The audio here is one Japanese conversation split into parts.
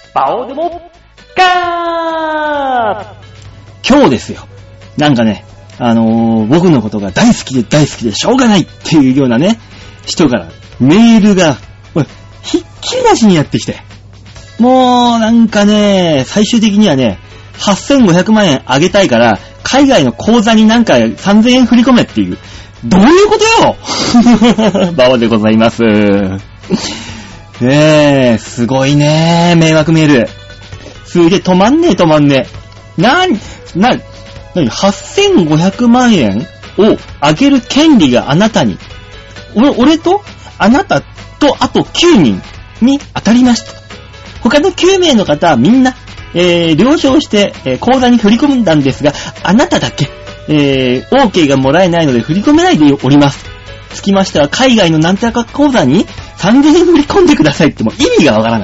バオでもガー。 今日ですよ。なんかね、僕のことが大好きで大好きでしょうがないっていうようなね、人からメールが、ひっきりなしにやってきて。もうなんかね、最終的にはね、8500万円あげたいから、海外の口座になんか3000円振り込めっていう。どういうことよバオでございます。ねえ、すごいね迷惑メール。すげえ止まんねえ。8500万円をあげる権利があなたに。俺とあなたとあと9人に当たりました。他の9名の方はみんな、了承して、口座に振り込んだんですが、あなただけ、OK がもらえないので振り込めないでおります。つきましては海外のなんてらか口座に3000円振り込んでくださいってもう意味がわからない。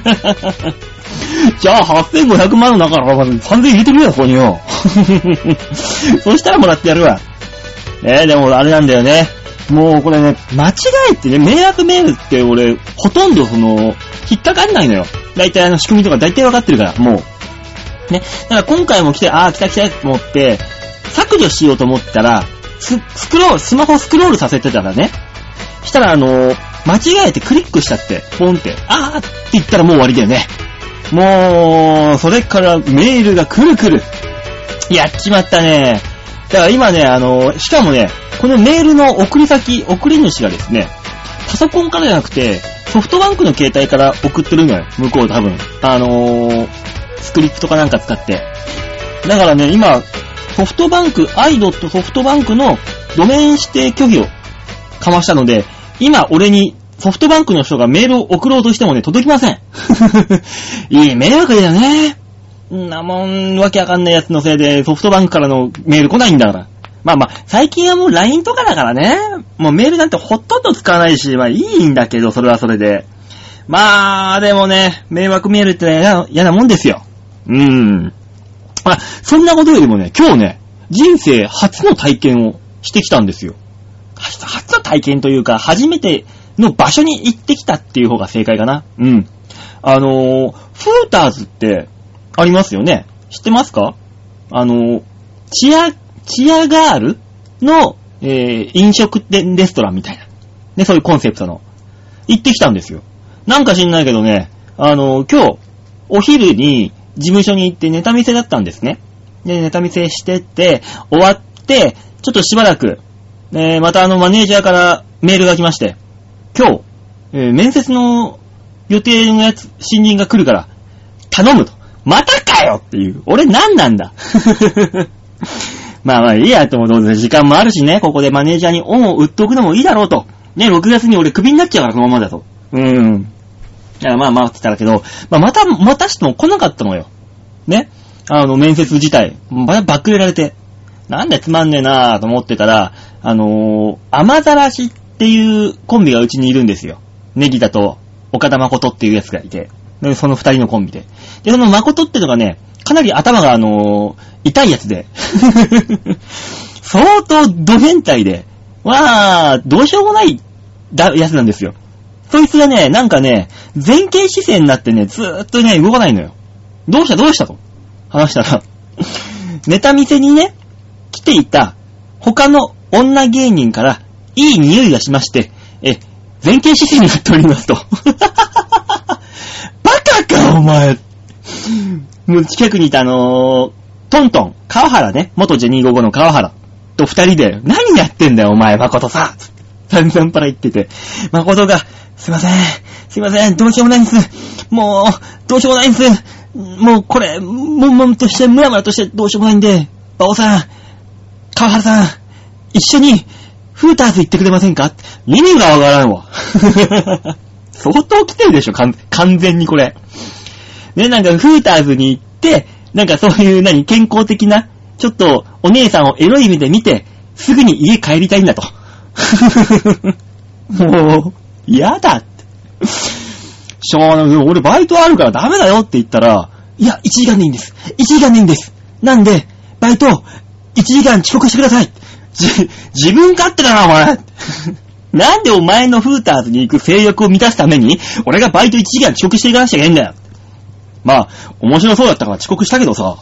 じゃあ8500万の中から3000円入れてみようここによ。そしたらもらってやるわ。でもあれなんだよね。もうこれね、間違えってね、迷惑メールって俺、ほとんど引っかかんないのよ。大体仕組みとか大体わかってるから、もう。ね。だから今回も来て、来たと思って、削除しようと思ったら、スマホスクロールさせてたらね。したら間違えてクリックしちゃって、ポンって、って言ったらもう終わりだよね。もう、それからメールがくるくる。やっちまったね。だから今ね、しかもね、このメールの送り主がですね、パソコンからじゃなくて、ソフトバンクの携帯から送ってるのよ。向こう多分。スクリプトかなんか使って。だからね、今、ソフトバンク、ソフトバンクのドメイン指定拒否をかましたので、今俺にソフトバンクの人がメールを送ろうとしてもね、届きません。いい迷惑だよね。なもん、わけわかんないやつのせいでソフトバンクからのメール来ないんだから。まあ、最近はもう LINE とかだからね。もうメールなんてほとんど使わないし、いいんだけど、それはそれで。でもね、迷惑メールって嫌なもんですよ。そんなことよりもね、今日ね、人生初の体験をしてきたんですよ。初の体験というか、初めての場所に行ってきたっていう方が正解かな。フーターズってありますよね。知ってますか？チアガールの、飲食店レストランみたいな。ね、そういうコンセプトの。行ってきたんですよ。なんか知んないけどね、今日、お昼に事務所に行ってネタ見せだったんですね。で、ネタ見せしてて、終わって、ちょっとしばらく、またマネージャーからメールが来まして、今日、面接の予定の新人が来るから、頼むと。またかよっていう。俺何なんだいいやと思う。時間もあるしね、ここでマネージャーに恩を売っておくのもいいだろうと。ね、6月に俺クビになっちゃうから、このままだと。だからって言ったらけど、またしても来なかったのよ。ね。面接自体、バックれられて。なんでつまんねえなぁと思ってたら、雨ざらしっていうコンビがうちにいるんですよ。ネギだと、岡田誠っていうやつがいて。で、その二人のコンビで。で、その誠ってのがね、かなり頭が痛いやつで。相当ド変態で。どうしようもないやつなんですよ。そいつがね、なんかね、前傾姿勢になってね、ずーっとね、動かないのよ。どうしたと話したら、ネタ見せにね、来ていた他の女芸人からいい匂いがしまして、前傾姿勢になっておりますと。バカかお前。もう近くにいたトントン、川原ね、元ジェニー55の川原と二人で、何やってんだよお前、誠さ。散々パラ言ってて、誠が、すいません、どうしようもないんです。もう、どうしようもないんです。もうこれ、ムラとしてどうしようもないんで、馬王さん、川原さん、一緒に、フーターズ行ってくれませんか？意味がわからんわ。相当来てるでしょ、完全にこれ。ね、なんかフーターズに行って、なんかそういう健康的な、ちょっとお姉さんをエロい目で見て、すぐに家帰りたいんだと。もう、嫌だって。しょうがない。俺バイトあるからダメだよって言ったら、いや、1時間でいいんです。なんで、バイト、1時間遅刻してください。自分勝手だな、お前。なんでお前のフーターズに行く性欲を満たすために、俺がバイト1時間遅刻していかなきゃいけないんだよ。 まあ、面白そうだったから遅刻したけどさ。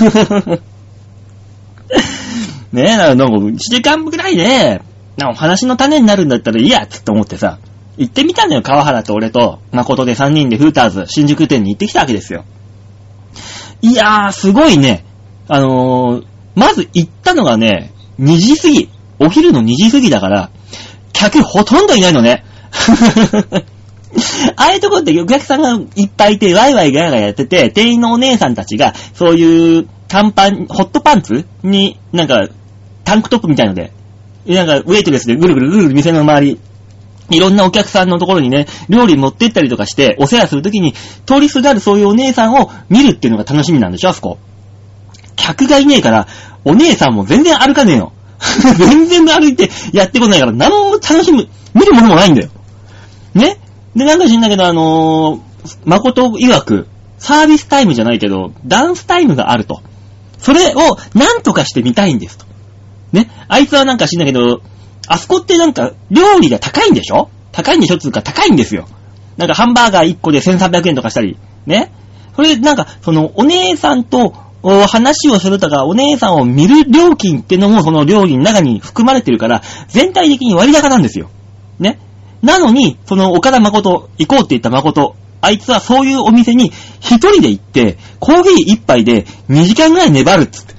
ねえ、なんか1時間ぐらいで、なんか話の種になるんだったらいいやつって思ってさ、行ってみたのよ、川原と俺と誠で3人でフーターズ新宿店に行ってきたわけですよ。いやー、すごいね。まず行ったのがね、2時過ぎ。お昼の2時過ぎだから、客ほとんどいないのね。ああいうとこってお客さんがいっぱいいて、ワイワイガヤガヤやってて、店員のお姉さんたちが、そういうホットパンツに、なんか、タンクトップみたいので、なんか、ウェイトレスでぐるぐるぐるぐる店の周り、いろんなお客さんのところにね、料理持ってったりとかして、お世話するときに、通りすがるそういうお姉さんを見るっていうのが楽しみなんでしょ、あそこ。客がいねえから、お姉さんも全然歩かねえよ。全然歩いてやってこないから、何も楽しむ、見るものもないんだよ。ね？で、なんか知んだけど、誠曰く、サービスタイムじゃないけど、ダンスタイムがあると。それを、なんとかしてみたいんですと。ね？あいつはなんか知んだけど、あそこってなんか、料理が高いんでしょつうか高いんですよ。なんかハンバーガー1個で1300円とかしたり、ね？それなんか、その、お姉さんと、話をするとか、お姉さんを見る料金ってのもその料理の中に含まれてるから、全体的に割高なんですよ。ね。なのに、その岡田誠、行こうって言った誠、あいつはそういうお店に一人で行って、コーヒー一杯で2時間ぐらい粘るっつって。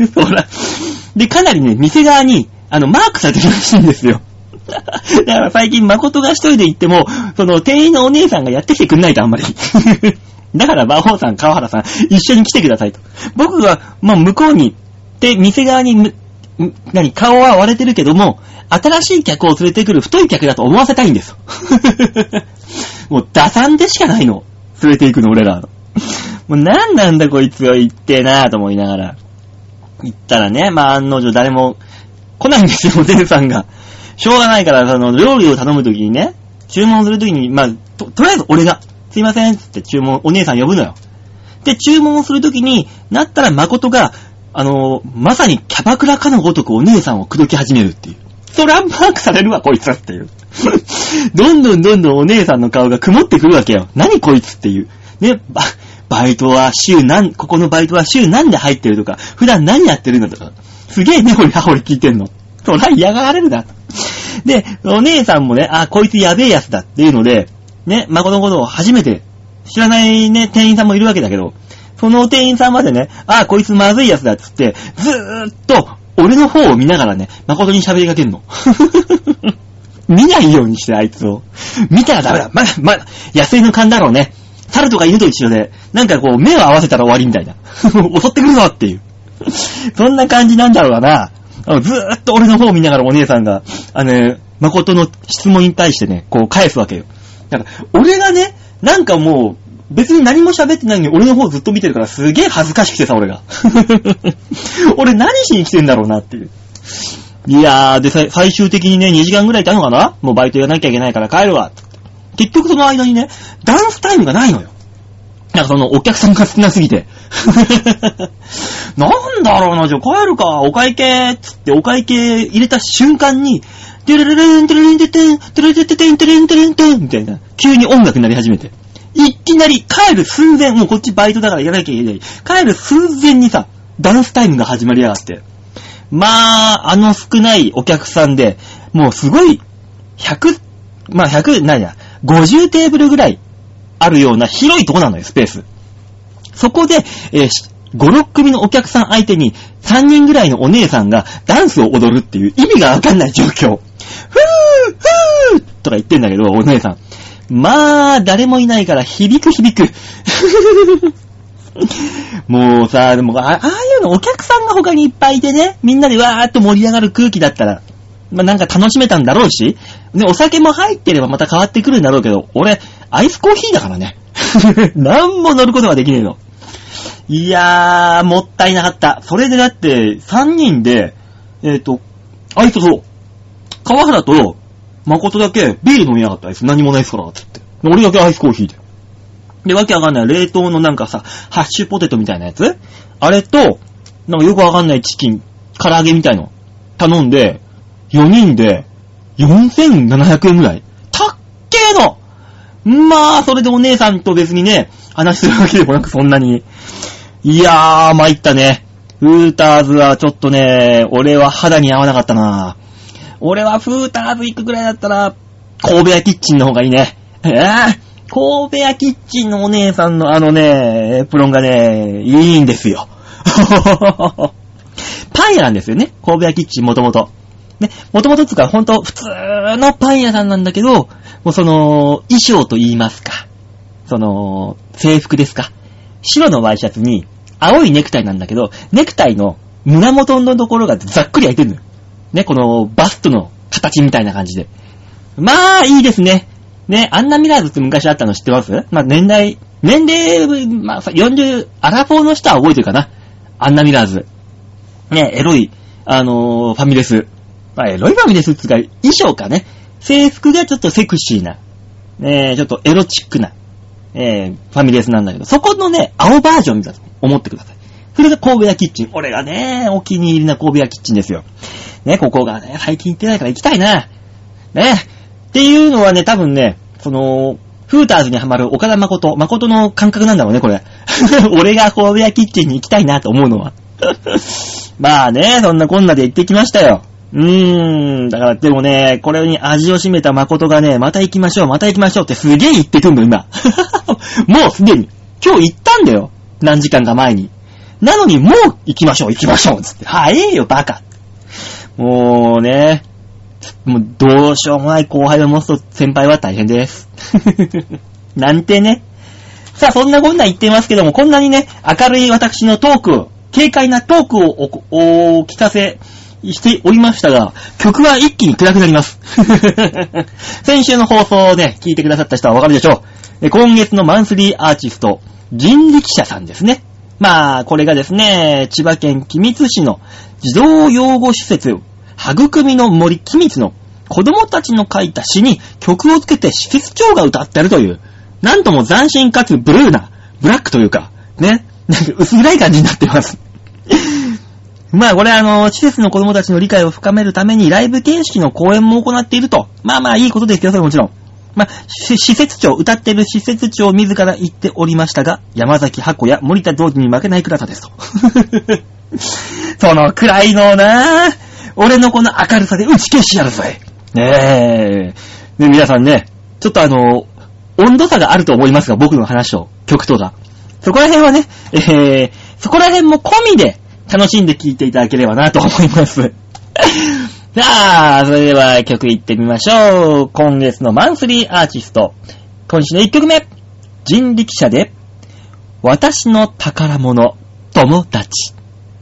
ほら。で、かなりね、店側に、マークされてるらしいんですよ。だから最近誠が一人で行っても、その店員のお姉さんがやってきてくんないとあんまり。だから、馬王さん、川原さん、一緒に来てくださいと。僕は、まあ、向こうに、で、店側に、顔は割れてるけども、新しい客を連れてくる太い客だと思わせたいんですよ。もう、打算でしかないの。連れて行くの、俺らの。もう、なんなんだこいつは言ってなぁと思いながら。行ったらね、まあ、案の定誰も来ないんですよ、お姉さんが。しょうがないから、料理を頼むときにね、注文するときに、まあ、とりあえず俺が、すいませんつってお姉さん呼ぶのよ。で、注文するときになったら誠が、まさにキャバクラかのごとくお姉さんを口説き始めるっていう。そらマークされるわ、こいつらっていう。どんどんお姉さんの顔が曇ってくるわけよ。何こいつっていう。ね、バイトはここのバイトは週何で入ってるとか、普段何やってるんだとか、すげえねほりはほり聞いてんの。そら嫌がられるな。で、お姉さんもね、こいつやべえやつだっていうので、ね、誠のことを初めて知らないね、店員さんもいるわけだけど、その店員さんまでね、こいつまずいやつだっつって、ずーっと俺の方を見ながらね、誠に喋りかけんの。見ないようにして、あいつを。見たらダメだ。まだ、野生の勘だろうね。猿とか犬と一緒で、なんかこう、目を合わせたら終わりみたいな。襲ってくるぞっていう。そんな感じなんだろうな。ずーっと俺の方を見ながらお姉さんが、誠の質問に対してね、こう返すわけよ。だから、俺がね、なんかもう、別に何も喋ってないのに俺の方ずっと見てるからすげえ恥ずかしくてさ、俺が。俺何しに来てんだろうなっていう。いやー、で、最終的にね、2時間ぐらいいたのかな？もうバイトやらなきゃいけないから帰るわ。結局その間にね、ダンスタイムがないのよ。なんかそのお客さんが少なすぎて。なんだろうな、じゃあ帰るか、お会計つってお会計入れた瞬間に、テレレレンテレレンテテンテレレテテンテレンテレンテンみたいな、急に音楽になり始めて。いきなり帰る寸前、もうこっちバイトだからやらなきゃいけない。帰る寸前にさ、ダンスタイムが始まりやがって。まあ、少ないお客さんで、もうすごい、50テーブルぐらいあるような広いとこなのよ、スペース。そこで、5、6組のお客さん相手に3人ぐらいのお姉さんがダンスを踊るっていう意味がわかんない状況。ふーとか言ってんだけど、お姉さん。まあ、誰もいないから響く。もうさ、でもああいうのお客さんが他にいっぱいいてね、みんなでわーっと盛り上がる空気だったら、まあなんか楽しめたんだろうし、で、お酒も入ってればまた変わってくるんだろうけど、俺、アイスコーヒーだからね。なんも乗ることができねえの。いやー、もったいなかった。それでだって、3人で、あいつそう、川原と、誠だけビール飲みやがったあいつ何もないっすからって言って。俺だけアイスコーヒーで。で、わけわかんない冷凍のなんかさ、ハッシュポテトみたいなやつあれと、なんかよくわかんないチキン、唐揚げみたいの頼んで、4人で4700円ぐらい。たっけーのまあ、それでお姉さんと別にね、話するわけでもなくそんなに。いやー、参ったね。フーターズはちょっとね、俺は肌に合わなかったな。俺はフーターズ行くぐらいだったら、神戸屋キッチンの方がいいね。神戸屋キッチンのお姉さんのエプロンがね、いいんですよ。パン屋なんですよね、神戸屋キッチンもともと。ね、もともとつかほんと普通のパン屋さんなんだけど、もう衣装と言いますか。制服ですか。白のワイシャツに、青いネクタイなんだけど、ネクタイの胸元のところがざっくり開いてるのよ。ね、このバストの形みたいな感じで。まあ、いいですね。ね、アンナミラーズって昔あったの知ってます？まあ、年齢、まあ、40、アラフォーの人は覚えてるかな。アンナミラーズ。ね、エロい、ファミレス。まあ、エロいファミレスっていうか、衣装かね。制服がちょっとセクシーな、ちょっとエロチックな、ファミレスなんだけど、そこのね、青バージョンだと思ってください。それが神戸屋キッチン。俺がね、お気に入りな神戸屋キッチンですよ。ね、ここがね、最近行ってないから行きたいな。ね。っていうのはね、多分ね、フーターズにハマる岡田誠の感覚なんだろうね、これ。俺が神戸屋キッチンに行きたいなと思うのは。まあね、そんなこんなで行ってきましたよ。だからでもね、これに味を占めた誠がね、また行きましょうってすげえ言ってくんの、今。もうすでに。今日行ったんだよ。何時間か前に。なのにもう行きましょうつって。早えよ、バカ。もうね、もうどうしようもない後輩を持つと先輩は大変です。なんてね。さあ、そんなこんな言っていますけども、こんなにね、明るい私のトーク、軽快なトークをお聞かせしておりましたが、曲は一気に暗くなります。先週の放送で聞いてくださった人はわかるでしょう。今月のマンスリーアーティスト、人力車さんですね。まあ、これがですね、千葉県君津市の児童養護施設、育みの森君津の子供たちの書いた詩に曲をつけて施設長が歌ってるという、なんとも斬新かつブラックというか、ね、なんか薄暗い感じになってます。まあこれ施設の子供たちの理解を深めるためにライブ形式の公演も行っていると。まあいいことですけど、それもちろん。まあ、施設長、歌ってる施設長自ら言っておりましたが、山崎箱や森田同時に負けない暗さですと。その暗いのをなぁ、俺のこの明るさで打ち消しやるぜ。ねえ。で、皆さんね、ちょっと温度差があると思いますが、僕の話と曲とが。そこら辺はね、そこら辺も込みで楽しんで聴いていただければなと思います。さあ、それでは曲いってみましょう。今月のマンスリーアーティスト。今週の1曲目。人力車で、私の宝物、友達。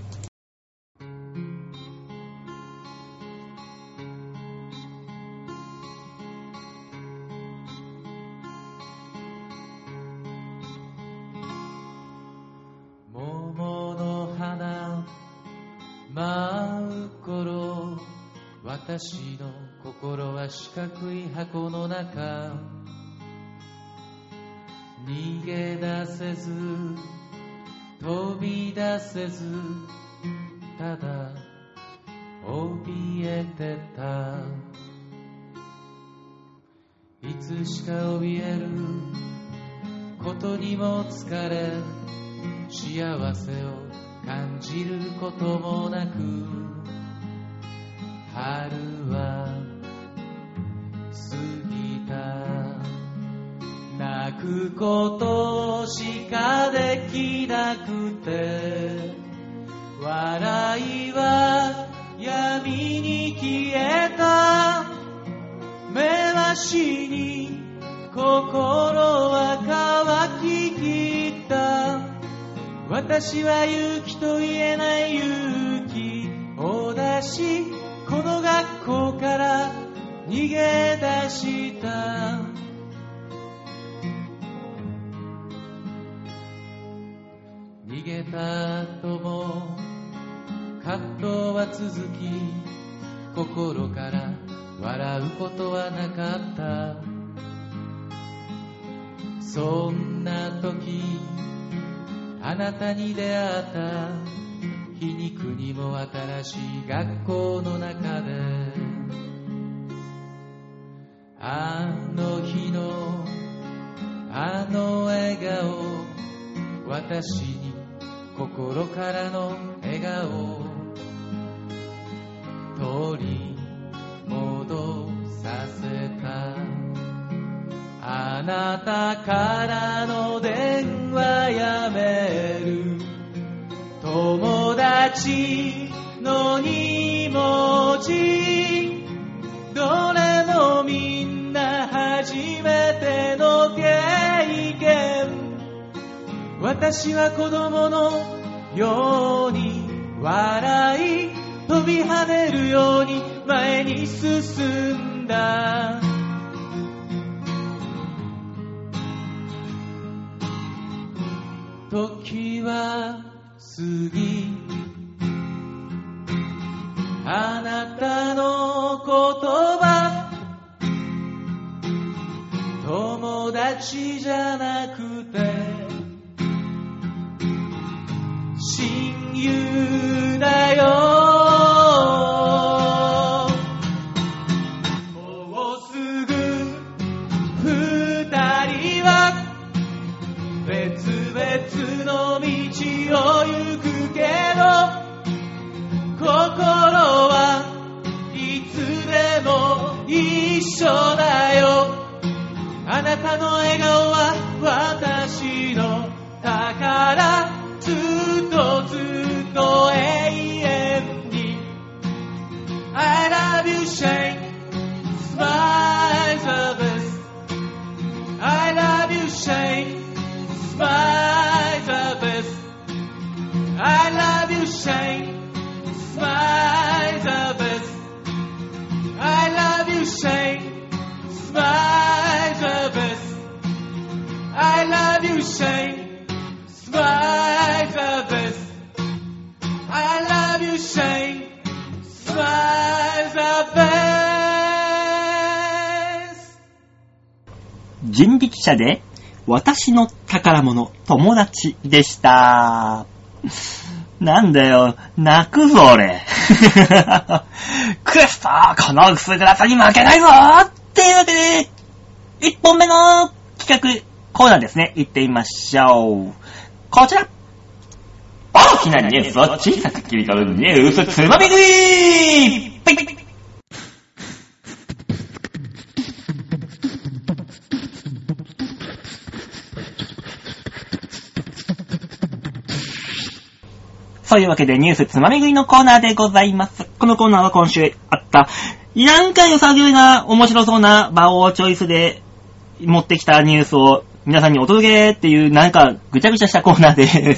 桃の花舞う頃、私の心は四角い箱の中、逃げ出せず飛び出せず、ただ怯えてた。いつしか怯えることにも疲れ、幸せを感じることもなく、春は過ぎた。泣くことしかできなくて、笑いは闇に消えた。目は死に心は乾ききった。私は勇気と言えない勇気を出し、この学校から逃げ出した。逃げた後も葛藤は続き、心から笑うことはなかった。そんな時あなたに出会った。皮肉にも新しい学校の中で、あの日の私に心からの笑顔を取り戻させた。あなたからの電話やメール、友達の2文字、どれもみんな初めての経験。私は子供のように笑い、飛び跳ねるように前に進んだ。時は過ぎ、あなたの言葉、友達じゃなくて親友だよ。もうすぐ二人は別々の道を行くけど、心はいつでも一緒だよ。あなたの笑顔は私の宝、ずっとずっと永遠に。 I love you Shane, smiles of us. I love you Shane, smiles of us. I love you Shane, smiles of us. I love you Shane, smiles of us. I love you Shane, smiles of us. I love you Shane, smiles of us. 人力車で私の宝物友達でした。なんだよ、泣くぞ俺。クエストこの薄暗さに負けないぞっていうわけで、1本目の企画コーナーですね。行ってみましょう。こちら。大きなニュースを小さく切り取るニュースつまみ食い。はい。そういうわけでニュースつまみ食いのコーナーでございます。このコーナーは今週あったなんか良さげな面白そうな場をチョイスで持ってきたニュースを皆さんにお届けっていうなんかぐちゃぐちゃしたコーナーです。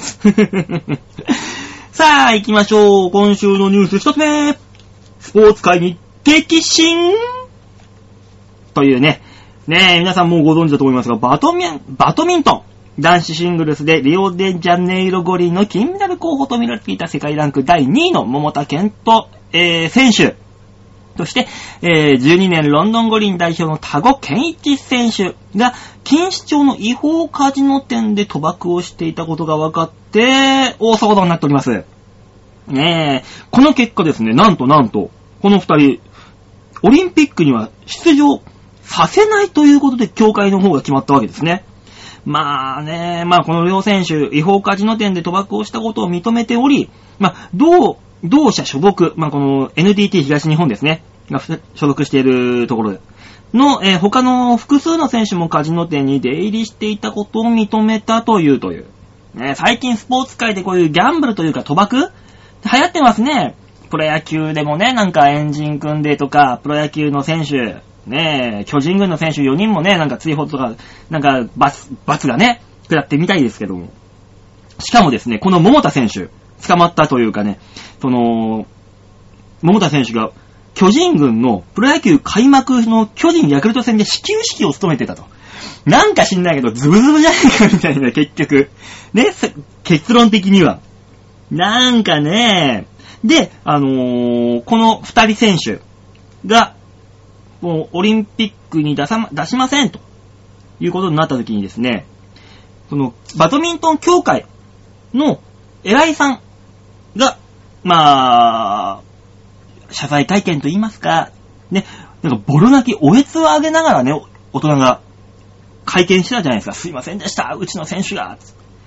さあ行きましょう。今週のニュース一つ目。スポーツ界に激震というね。ねえ皆さんもうご存知だと思いますが、バドミントン。男子シングルスでリオデジャネイロ五輪の金メダル候補と見られていた世界ランク第2位の桃田賢斗、選手。そして、12年ロンドン五輪代表の田子健一選手が錦糸町の違法カジノ店で賭博をしていたことが分かって大騒動になっております。ねえ、この結果ですね、なんとこの二人オリンピックには出場させないということで協会の方が決まったわけですね。まあね、この両選手、違法カジノ店で賭博をしたことを認めており、同社所属、この NTT 東日本ですね、が所属しているところの、他の複数の選手もカジノ店に出入りしていたことを認めたという、ね、最近スポーツ界でこういうギャンブルというか賭博流行ってますね。プロ野球でもね、なんかエンジン組んでとか、プロ野球の選手、ねえ、巨人軍の選手4人もね、なんか追放とか、なんか罰がね、下ってみたいですけども。しかもですね、この桃田選手、捕まったというかね、桃田選手が巨人軍のプロ野球開幕の巨人ヤクルト戦で始球式を務めてたと。なんか知んないけど、ズブズブじゃないかみたいな、結局。ね、結論的には。なんかね、で、この二人選手が、もうオリンピックに出しませんということになった時にですね、そのバドミントン協会の偉いさんが、謝罪会見と言いますか、ね、なんかボロ泣き、おえつを上げながらね、大人が会見してたじゃないですか。すいませんでした、うちの選手が。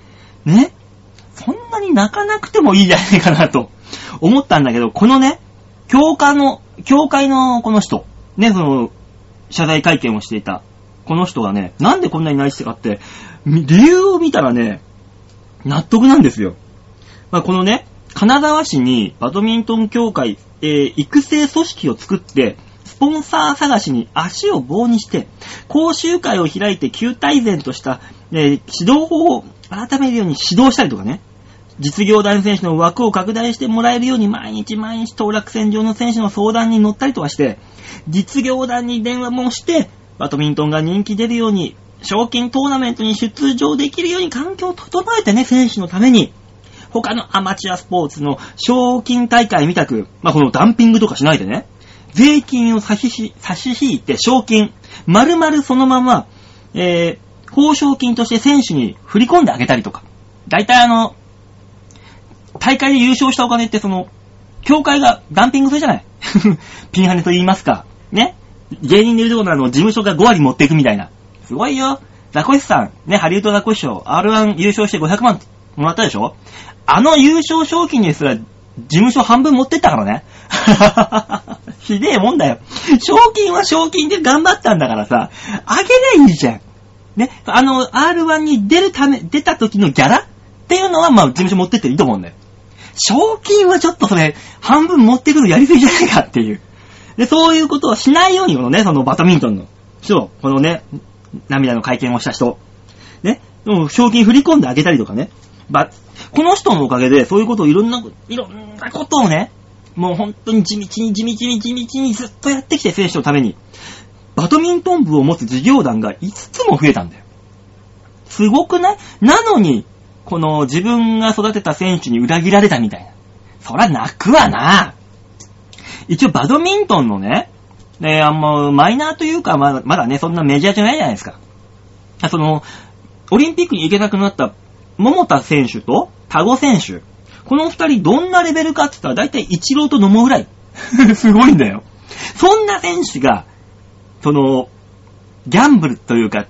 ね、そんなに泣かなくてもいいじゃないかなと思ったんだけど、このね、教会のこの人、ね、その、謝罪会見をしていた、この人がね、なんでこんなに泣いてたかって、理由を見たらね、納得なんですよ。まあ、このね、金沢市にバドミントン協会、育成組織を作って、スポンサー探しに足を棒にして、講習会を開いて旧大前とした、指導法を改めるように指導したりとかね、実業団選手の枠を拡大してもらえるように毎日当落線上の選手の相談に乗ったりとかして、実業団に電話もして、バドミントンが人気出るように、賞金トーナメントに出場できるように環境を整えてね、選手のために、他のアマチュアスポーツの賞金大会みたく、まあ、このダンピングとかしないでね、税金を差し引いて賞金、丸々そのまま、報奨金として選手に振り込んであげたりとか。だいたい大会で優勝したお金って協会がダンピングするじゃないピンハネと言いますか。ね。芸人でいうところの事務所が5割持っていくみたいな。すごいよ。ザコシさん、ね、ハリウッドザコシ賞、R1 優勝して500万もらったでしょ？優勝賞金にすら、事務所半分持ってったからね。ひでえもんだよ。賞金は賞金で頑張ったんだからさ、あげりゃいいじゃん。ね、R1 に出た時のギャラっていうのは、まあ、事務所持ってっていいと思うんだよ。賞金はちょっとそれ、半分持ってくるやりすぎじゃないかっていう。で、そういうことをしないように、このね、そのバドミントンの人、このね、涙の会見をした人、ね、賞金振り込んであげたりとかね、この人のおかげで、そういうことをいろんなことをね、もう本当に地道にずっとやってきて、選手のために、バドミントン部を持つ事業団が5つも増えたんだよ。すごくない？なのに、この自分が育てた選手に裏切られたみたいな。そら泣くわな。一応バドミントンのね、マイナーというか、まだね、そんなメジャーじゃないじゃないですか。オリンピックに行けなくなった桃田選手と田子選手。この二人どんなレベルかって言ったら大体イチローと野茂ぐらい。すごいんだよ。そんな選手が、ギャンブルというか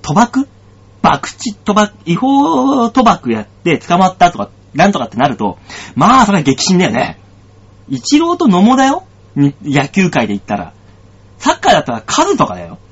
違法賭博やって捕まったとか、なんとかってなると、まあ、それは激震だよね。イチローと野茂だよ。野球界で言ったら。サッカーだったらカズとかだよ。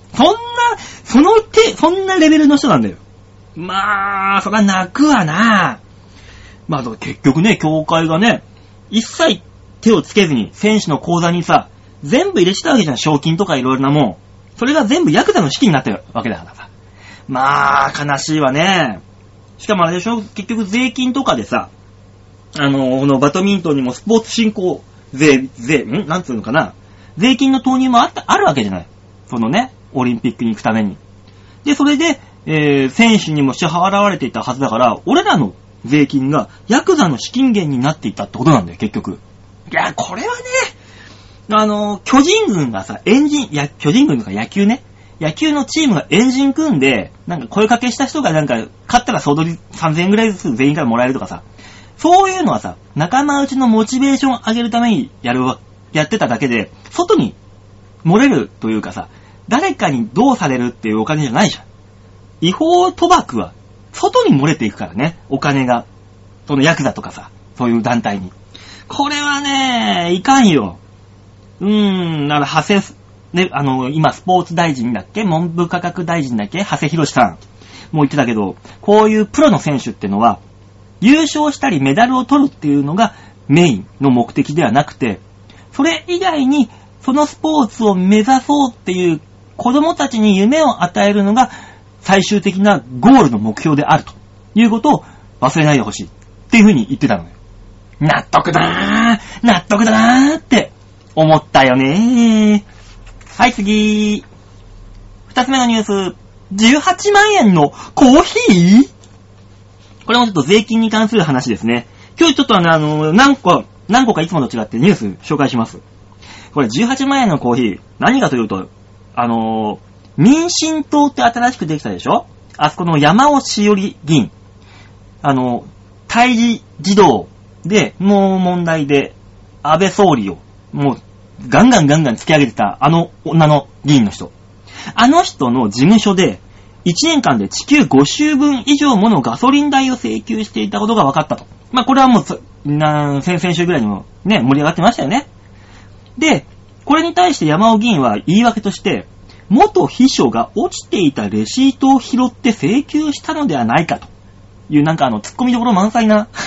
そんなレベルの人なんだよ。まあ、そりゃ泣くわな。まあ、結局ね、協会がね、一切手をつけずに選手の口座にさ、全部入れてたわけじゃん。賞金とかいろいろなもん。それが全部ヤクザの資金になってるわけだからさ。まあ、悲しいわね。しかもあれでしょ、結局税金とかでさ、このバドミントンにもスポーツ振興なんつうのかな。税金の投入もあるわけじゃない。オリンピックに行くために。で、それで、選手にも支払われていたはずだから、俺らの税金がヤクザの資金源になっていたってことなんだよ、結局。いや、これはね、巨人軍がさ、巨人軍とか野球ね。野球のチームがエンジン組んで、なんか声かけした人が勝ったら総取り3000円ぐらいずつ全員からもらえるとかさ。そういうのはさ、仲間内のモチベーションを上げるためにやってただけで、外に漏れるというかさ、誰かにどうされるっていうお金じゃないじゃん。違法賭博は外に漏れていくからね、お金が。ヤクザとかさ、そういう団体に。これはね、いかんよ。だからね、今スポーツ大臣だっけ、文部科学大臣だっけ、長谷博さんも言ってたけど、こういうプロの選手ってのは、優勝したりメダルを取るっていうのがメインの目的ではなくて、それ以外にそのスポーツを目指そうっていう子供たちに夢を与えるのが最終的なゴールの目標であるということを忘れないでほしいっていうふうに言ってたのよ。納得だーって思ったよね。はい、次。二つ目のニュース。18万円のコーヒー？これもちょっと税金に関する話ですね。今日ちょっと何個かいつもと違ってニュース紹介します。これ18万円のコーヒー、何かというと、民進党って新しくできたでしょ？あそこの山尾志織議員。胎児児童で、もう問題で、安倍総理を、もう、ガンガン突き上げてた、女の議員の人。あの人の事務所で、 1年間で地球5周分以上ものガソリン代を請求していたことが分かったと。まあ、これはもう、先々週ぐらいにもね、盛り上がってましたよね。で、これに対して山尾議員は言い訳として、元秘書が落ちていたレシートを拾って請求したのではないかという、なんか突っ込みどころ満載な、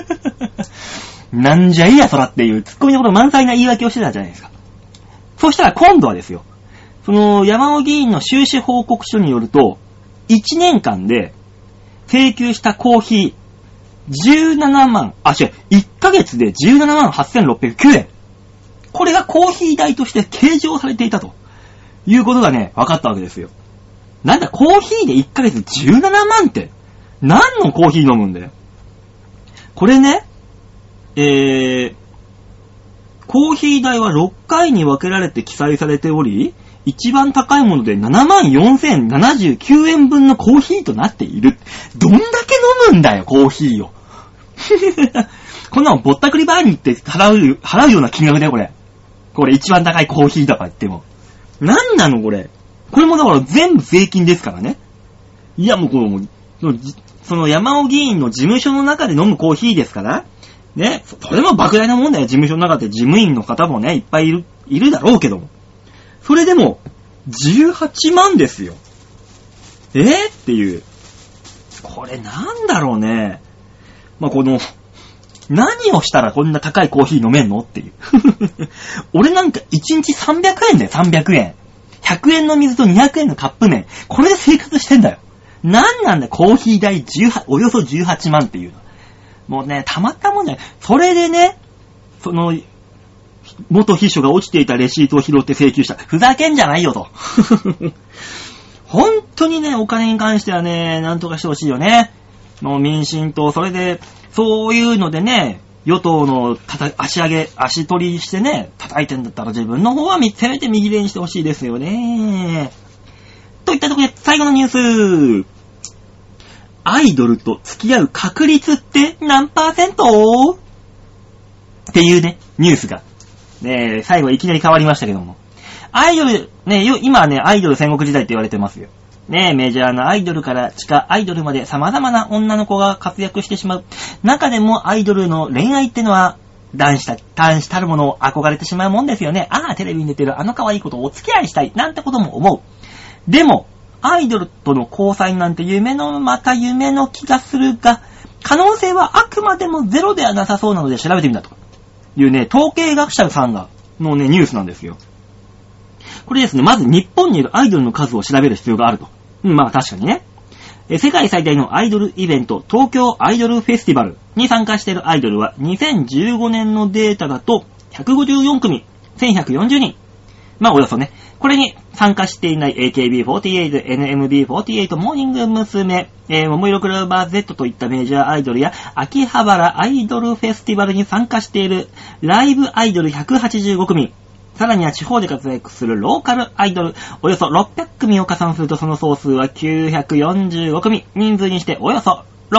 なんじゃいやそらっていう突っ込みどころ満載な言い訳をしてたじゃないですか。そうしたら今度はですよ、その山尾議員の収支報告書によると、1年間で請求したコーヒー17万、1ヶ月で17万8609円。これがコーヒー代として計上されていたということがね、分かったわけですよ。なんだ、コーヒーで1ヶ月17万って、何のコーヒー飲むんだよ。これね、コーヒー代は6回に分けられて記載されており、一番高いもので74,079円分のコーヒーとなっている。どんだけ飲むんだよ、コーヒーを。こんなのぼったくりバーに行って払うような金額だよ、これ。これ一番高いコーヒーとか言っても。なんなの、これ。これもだから全部税金ですからね。いや、もうその山尾議員の事務所の中で飲むコーヒーですから、ね、それも莫大なもんだよ。事務所の中で事務員の方もね、いっぱいいるだろうけども。それでも、18万ですよ。っていう。これなんだろうね。まあ、何をしたらこんな高いコーヒー飲めんのっていう。俺なんか1日300円だよ、300円。100円の水と200円のカップ麺。これで生活してんだよ。なんだ、コーヒー代およそ18万っていうの。もうね、たまったもんじゃない。それでね、元秘書が落ちていたレシートを拾って請求した。ふざけんじゃないよと。本当にね、お金に関してはね、なんとかしてほしいよね。もう民進党、それで、そういうのでね、与党の足取りしてね、叩いてんだったら自分の方はせめて右手にしてほしいですよね。といったところで、最後のニュース。アイドルと付き合う確率って何%？っていうね、ニュースが。ね、最後いきなり変わりましたけども。アイドル、ね、今はね、アイドル戦国時代って言われてますよ。ね、メジャーなアイドルから地下アイドルまで様々な女の子が活躍してしまう。中でもアイドルの恋愛ってのは、男子たるものを憧れてしまうもんですよね。テレビに出てるあの可愛い子とお付き合いしたい。なんてことも思う。でも、アイドルとの交際なんて夢の気がするが、可能性はあくまでもゼロではなさそうなので調べてみたというね、統計学者さんのね、ニュースなんですよ。これですね、まず日本にいるアイドルの数を調べる必要があると。まあ確かにね。世界最大のアイドルイベント、東京アイドルフェスティバルに参加しているアイドルは、2015年のデータだと154組、1140人。まあおよそね。これに参加していない AKB48、NMB48、モーニング娘、ももいろクローバー Z といったメジャーアイドルや、秋葉原アイドルフェスティバルに参加しているライブアイドル185組、さらには地方で活躍するローカルアイドル、およそ600組を加算するとその総数は945組、人数にしておよそ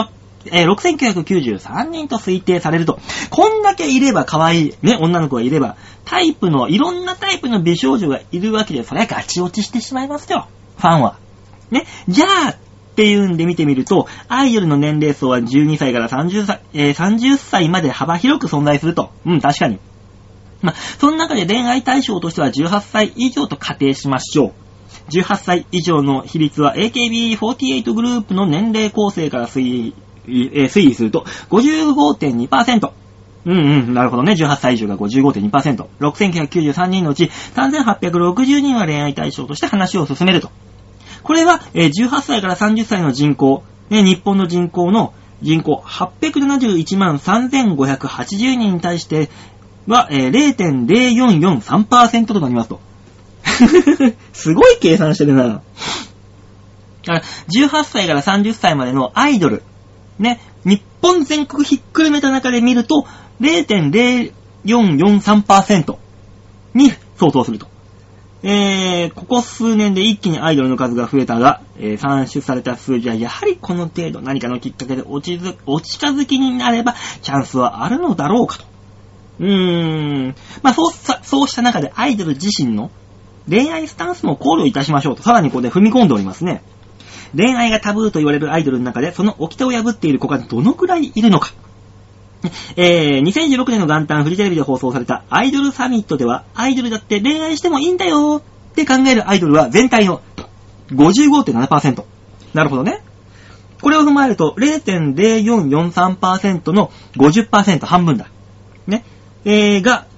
6993人と推定されると。こんだけいれば可愛いね、女の子がいれば、いろんなタイプの美少女がいるわけで、それはガチ落ちしてしまいますよ。ファンは。ね。じゃあ、っていうんで見てみると、アイドルの年齢層は12歳から30歳まで幅広く存在すると。確かに。まあ、その中で恋愛対象としては18歳以上と仮定しましょう。18歳以上の比率は AKB48 グループの年齢構成から推移すると 55.2%。なるほどね。18歳以上が 55.2%。6993人のうち3860人は恋愛対象として話を進めると。これは、18歳から30歳の人口、日本の人口871万3580人に対しては、0.0443% となりますと。すごい計算してるな。18歳から30歳までのアイドル、ね、日本全国ひっくるめた中で見ると、0.0443% に相当すると。ここ数年で一気にアイドルの数が増えたが、算出された数字はやはりこの程度何かのきっかけでお近づきになればチャンスはあるのだろうかと。まあそうした中でアイドル自身の恋愛スタンスも考慮いたしましょうと。さらにここで踏み込んでおりますね。 恋愛がタブーと言われるアイドルの中で、その掟を破っている子がどのくらいいるのか。2016年の元旦フジテレビで放送されたアイドルサミットでは、アイドルだって恋愛してもいいんだよって考えるアイドルは全体の 55.7%。なるほどね。これを踏まえると 0.0443% の 50% 半分だ。ね。が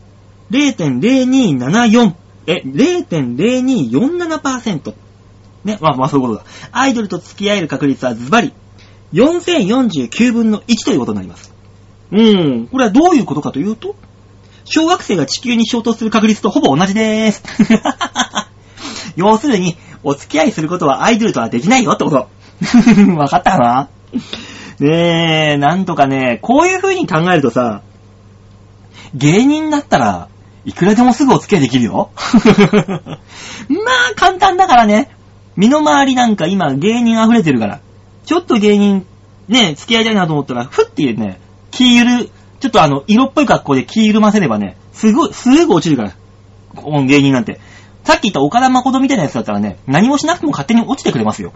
0.0247%。ね。まあそういうことだ。アイドルと付き合える確率はズバリ4049分の1ということになります。これはどういうことかというと、小惑星が地球に衝突する確率とほぼ同じでーす。要するに、お付き合いすることはアイドルとはできないよってこと。わかったかな？ねえ、なんとかね、こういう風に考えるとさ、芸人だったらいくらでもすぐお付き合いできるよ。まあ簡単だからね。身の回りなんか今芸人溢れてるから、ちょっと芸人ね付き合いたいなと思ったらふってね、気ゆる、ちょっと色っぽい格好で気緩ませればね、すぐ落ちるから。この芸人なんて。さっき言った岡田誠みたいなやつだったらね、何もしなくても勝手に落ちてくれますよ。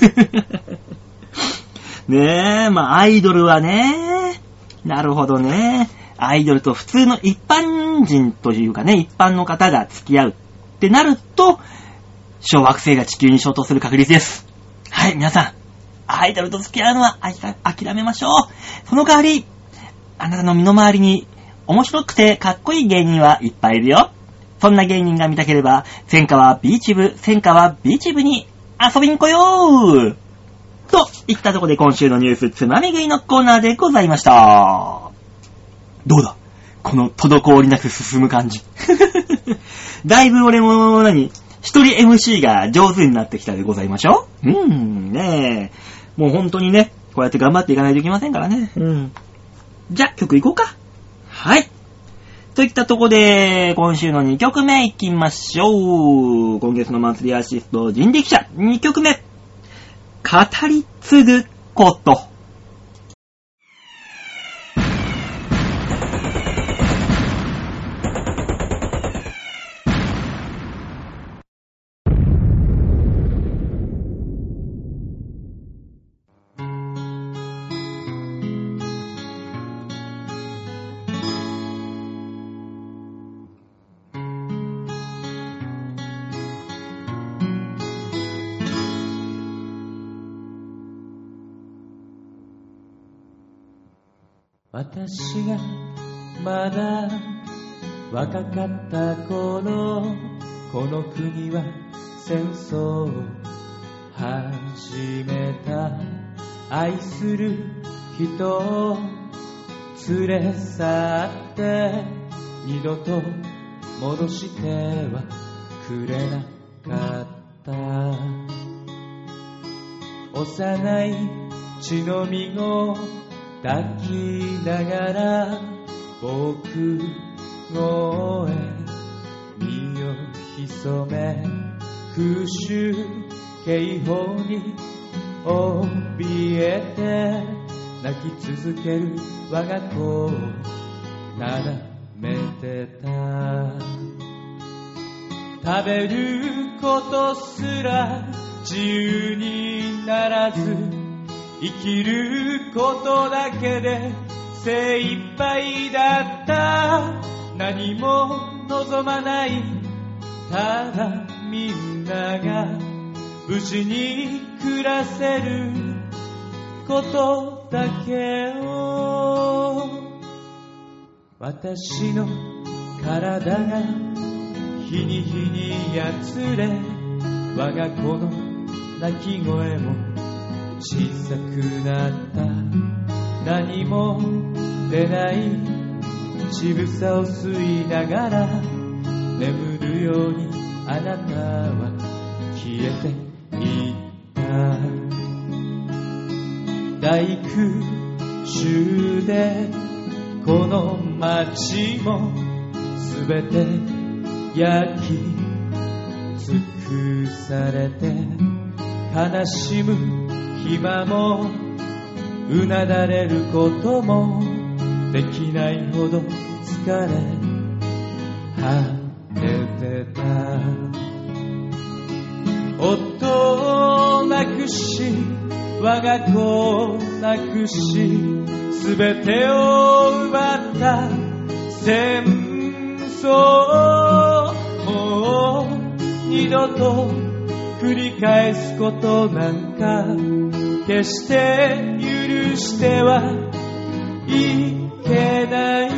ねえ、まあアイドルはね、なるほどね。アイドルと普通の一般人というかね、一般の方が付き合うってなると、小惑星が地球に衝突する確率です。はい、皆さん、アイドルと付き合うのは諦めましょう。その代わり、あなたの身の回りに面白くてかっこいい芸人はいっぱいいるよ。そんな芸人が見たければ、戦火はビーチ部に遊びに来ようといったところで今週のニュースつまみ食いのコーナーでございました。どうだこの滞りなく進む感じ。だいぶ俺も一人 MC が上手になってきたでございましょう。ねえ。もう本当にね、こうやって頑張っていかないといけませんからね。じゃあ曲いこうか。はい。といったとこで、今週の2曲目いきましょう。今月のマンスリーアシスト人力車2曲目。語り継ぐこと。 私がまだ若かった頃、この国は戦争を始めた。愛する人を連れ去って二度と戻してはくれなかった。幼い血のみを抱きながら僕のへ身を潜め、空襲警報に怯えて泣き続ける我が子を眺めてた。食べることすら自由にならず、生きることだけで精一杯だった。何も望まない、ただみんなが無事に暮らせることだけを。私の体が日に日にやつれ、我が子の泣き声も小さくなった。何も出ない渋さを吸いながら眠るようにあなたは消えていった。大空襲でこの街もすべて焼き尽くされて、悲しむ暇もうなだれることもできないほど疲れ果ててた。大人なくし我が子をなくしすべてを奪った戦争もう二度と繰り返すことなんか決して許してはいけない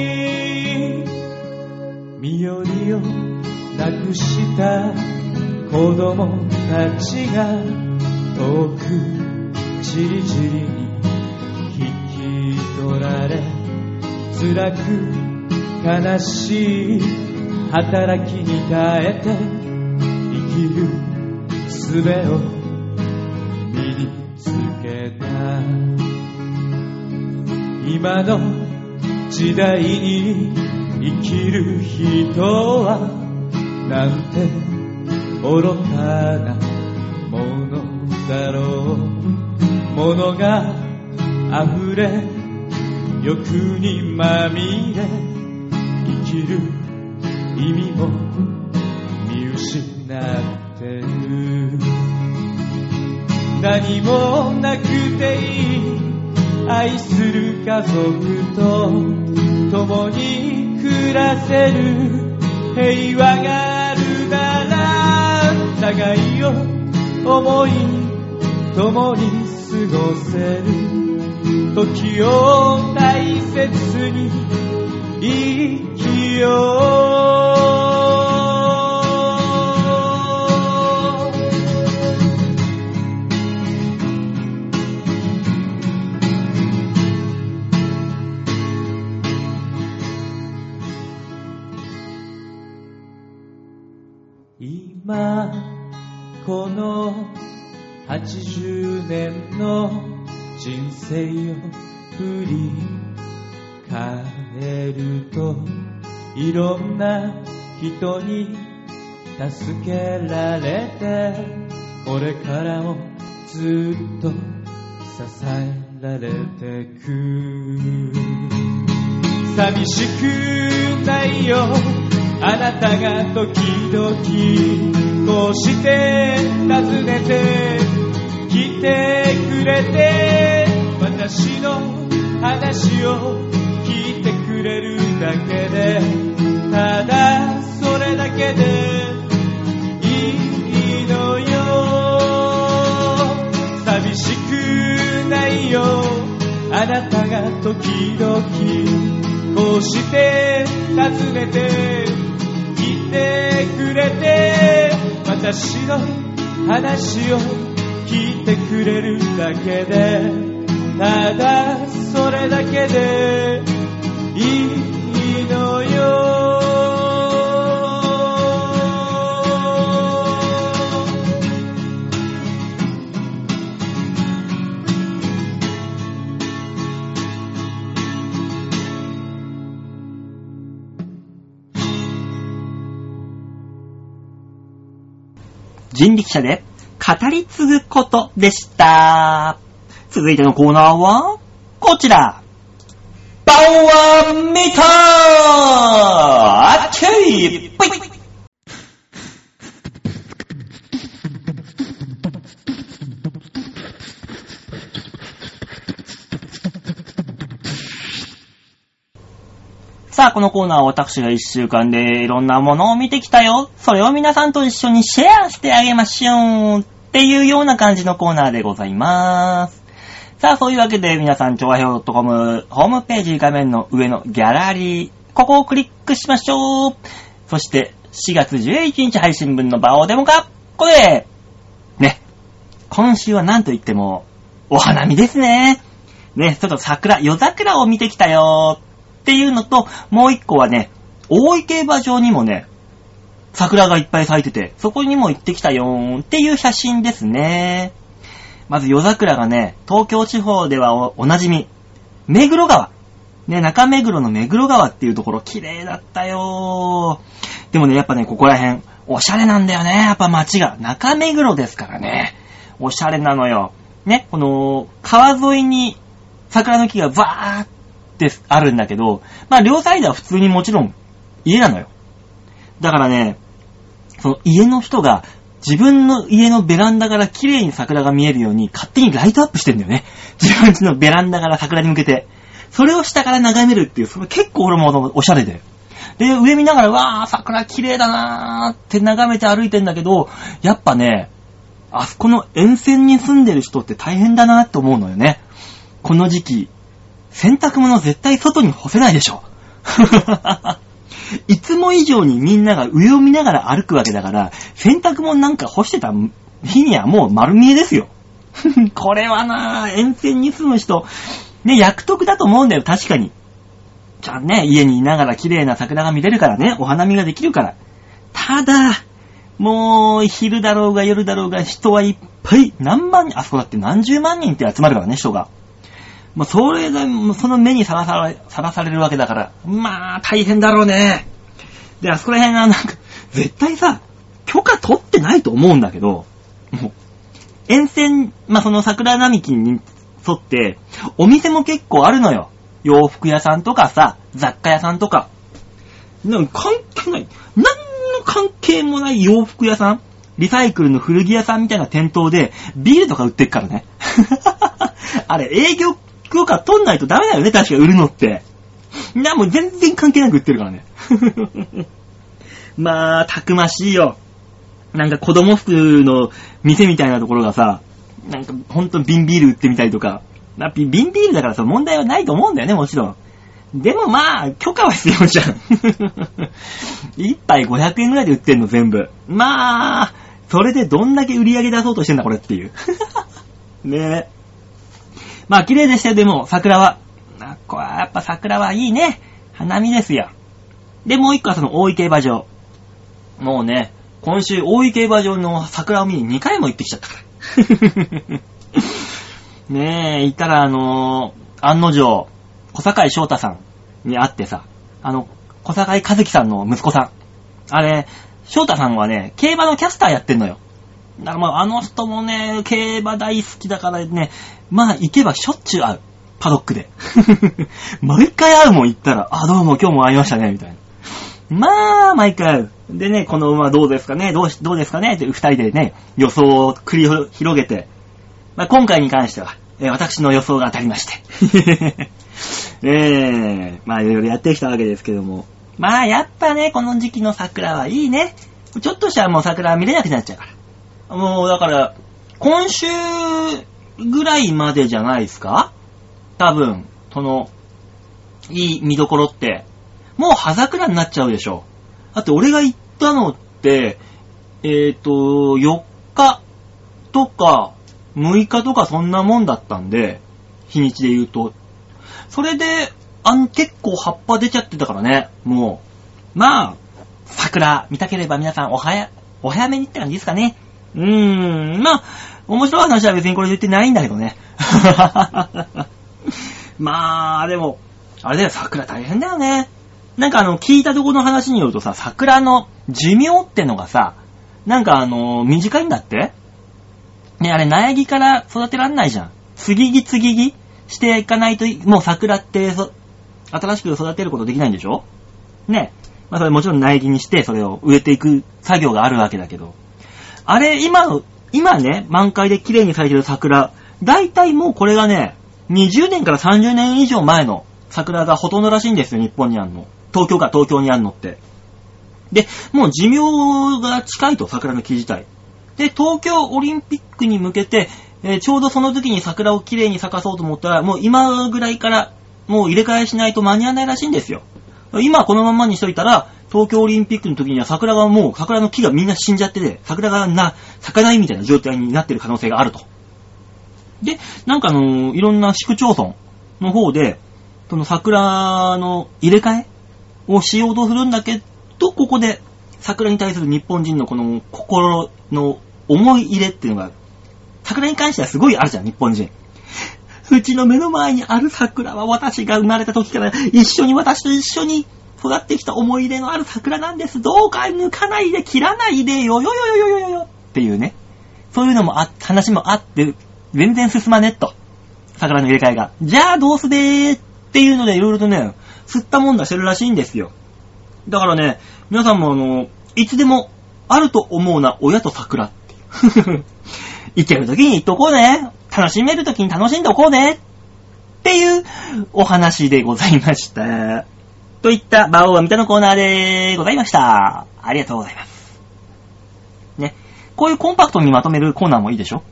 身寄りをなくした子供たちが遠くちりぢりに引き取られ辛く悲しい働きに耐えて生きる術を身につけた今の時代に生きる人はなんて愚かなものだろう物が溢れ欲にまみれ生きる意味も見失ってる何もなくていい愛する家族と共に暮らせる平和があるなら互いを思い共に過ごせる時を大切に生きよう今この80年の人生を振り返るといろんな人に助けられてこれからもずっと支えられてく寂しくないよあなたが時々こうして訪ねて来てくれて私の話を聞いてくれるだけでただそれだけでいいのよ寂しくないよあなたが時々こうして訪ねて来てくれて私の話を聞いてくれるだけでただそれだけでいいのよ人力車で語り継ぐことでした。続いてのコーナーはこちら。パワーメーターあっちゃいぽいさあ、このコーナーは私が1週間でいろんなものを見てきたよ。それを皆さんと一緒にシェアしてあげましょう。っていうような感じのコーナーでございます。さあ、そういうわけで皆さん、ちょわひょう .com ホームページ画面の上のギャラリー、ここをクリックしましょう。そして、4月11日配信分の場をデモ化。これ、ね。今週は何と言っても、お花見ですね。ね、ちょっと夜桜を見てきたよ。っていうのと、もう一個はね、大井競馬場にもね、桜がいっぱい咲いてて、そこにも行ってきたよーっていう写真ですね。まず夜桜がね、東京地方では おなじみ、目黒川。ね、中目黒の目黒川っていうところ綺麗だったよー。でもね、やっぱね、ここら辺、おしゃれなんだよね、やっぱ街が。中目黒ですからね。おしゃれなのよ。ね、この、川沿いに桜の木がバーってあるんだけど、まあ両サイドは普通にもちろん家なのよ。だからね、その家の人が自分の家のベランダから綺麗に桜が見えるように勝手にライトアップしてんだよね。自分家のベランダから桜に向けて。それを下から眺めるっていう、それ結構俺もおしゃれで。で、上見ながら、わー、桜綺麗だなーって眺めて歩いてんだけど、やっぱね、あそこの沿線に住んでる人って大変だなって思うのよね。この時期、洗濯物絶対外に干せないでしょ。いつも以上にみんなが上を見ながら歩くわけだから、洗濯物なんか干してた日にはもう丸見えですよ。これはなぁ、沿線に住む人、ね、役得だと思うんだよ、確かに。じゃあね、家にいながら綺麗な桜が見れるからね、お花見ができるから。ただ、もう、昼だろうが夜だろうが人はいっぱい、何万人、あそこだって何十万人って集まるからね、人が。まあ、それが、その目にさらされるわけだから、まあ、大変だろうね。で、あそこら辺はなんか、絶対さ、許可取ってないと思うんだけど、もう、沿線、まあ、その桜並木に沿って、お店も結構あるのよ。洋服屋さんとかさ、雑貨屋さんとか。なんか関係ない。何の関係もない洋服屋さん、リサイクルの古着屋さんみたいな店頭で、ビールとか売ってっからね。あれ、営業許可取んないとダメだよね、確か売るのって。もう全然関係なく売ってるからね。まあ、たくましいよ。なんか子供服の店みたいなところがさ、なんかほんと瓶ビール売ってみたりとか。瓶ビールだからさ、問題はないと思うんだよね、もちろん。でもまあ、許可は必要じゃん。一杯500円ぐらいで売ってんの、全部。まあ、それでどんだけ売り上げ出そうとしてんだ、これっていう。ねえ。まあ、綺麗でしたよ、でも、桜は。これはやっぱ桜はいいね。花見ですよ。で、もう一個はその大井競馬場。もうね、今週大井競馬場の桜を見に2回も行ってきちゃったから。ねえ、行ったら案の定、小坂井翔太さんに会ってさ、小坂井和樹さんの息子さん。あれ、翔太さんはね、競馬のキャスターやってんのよ。だからまあ、あの人もね、競馬大好きだからね、まあ、行けばしょっちゅう会う。パドックで。毎回会うもん行ったら、あ、どうも今日も会いましたね、みたいな。まあ、毎回会う。でね、この馬どうですかね、どうですかねって二人でね、予想を繰り広げて、まあ、今回に関しては、私の予想が当たりまして。まあ、いろいろやってきたわけですけども。まあ、やっぱね、この時期の桜はいいね。ちょっとしたらもう桜は見れなくなっちゃうから。もう、だから、今週ぐらいまでじゃないですか？多分、いい見どころって、もう葉桜になっちゃうでしょ。だって俺が行ったのって、4日とか、6日とかそんなもんだったんで、日にちで言うと。それで、結構葉っぱ出ちゃってたからね、もう。まあ、桜見たければ皆さんお早めにって感じですかね。まあ、面白い話は別にこれ言ってないんだけどね。まあ、でも、あれだよ、桜大変だよね。なんか聞いたところの話によるとさ、桜の寿命ってのがさ、なんか短いんだって？ね、あれ苗木から育てらんないじゃん。継ぎ木していかないと、もう桜って新しく育てることできないんでしょ？ね。まあそれもちろん苗木にしてそれを植えていく作業があるわけだけど。あれ、今ね、満開で綺麗に咲いてる桜、だいたいもうこれがね、20年から30年以上前の桜がほとんどらしいんですよ、日本にあんの。東京にあんのって。で、もう寿命が近いと、桜の木自体。で、東京オリンピックに向けて、ちょうどその時に桜をきれいに咲かそうと思ったら、もう今ぐらいからもう入れ替えしないと間に合わないらしいんですよ。今このままにしといたら、東京オリンピックの時には桜の木がみんな死んじゃってて、桜が咲かないみたいな状態になってる可能性があると。で、なんかいろんな市区町村の方で、その桜の入れ替えをしようとするんだけど、ここで桜に対する日本人のこの心の思い入れっていうのが、桜に関してはすごいあるじゃん、日本人。うちの目の前にある桜は私が生まれた時から私と一緒に育ってきた思い入れのある桜なんです。どうか抜かないで、切らないでよっていうね。そういうのも話もあって、全然進まねっと。桜の入れ替えが。じゃあどうすべーっていうのでいろいろとね、吸ったもんだしてるらしいんですよ。だからね、皆さんもいつでもあると思うな、親と桜っていう。行けるときに行っとこうね。楽しめるときに楽しんでおこうね。っていうお話でございました。といった馬王は見たのコーナーでございました。ありがとうございます。ね。こういうコンパクトにまとめるコーナーもいいでしょ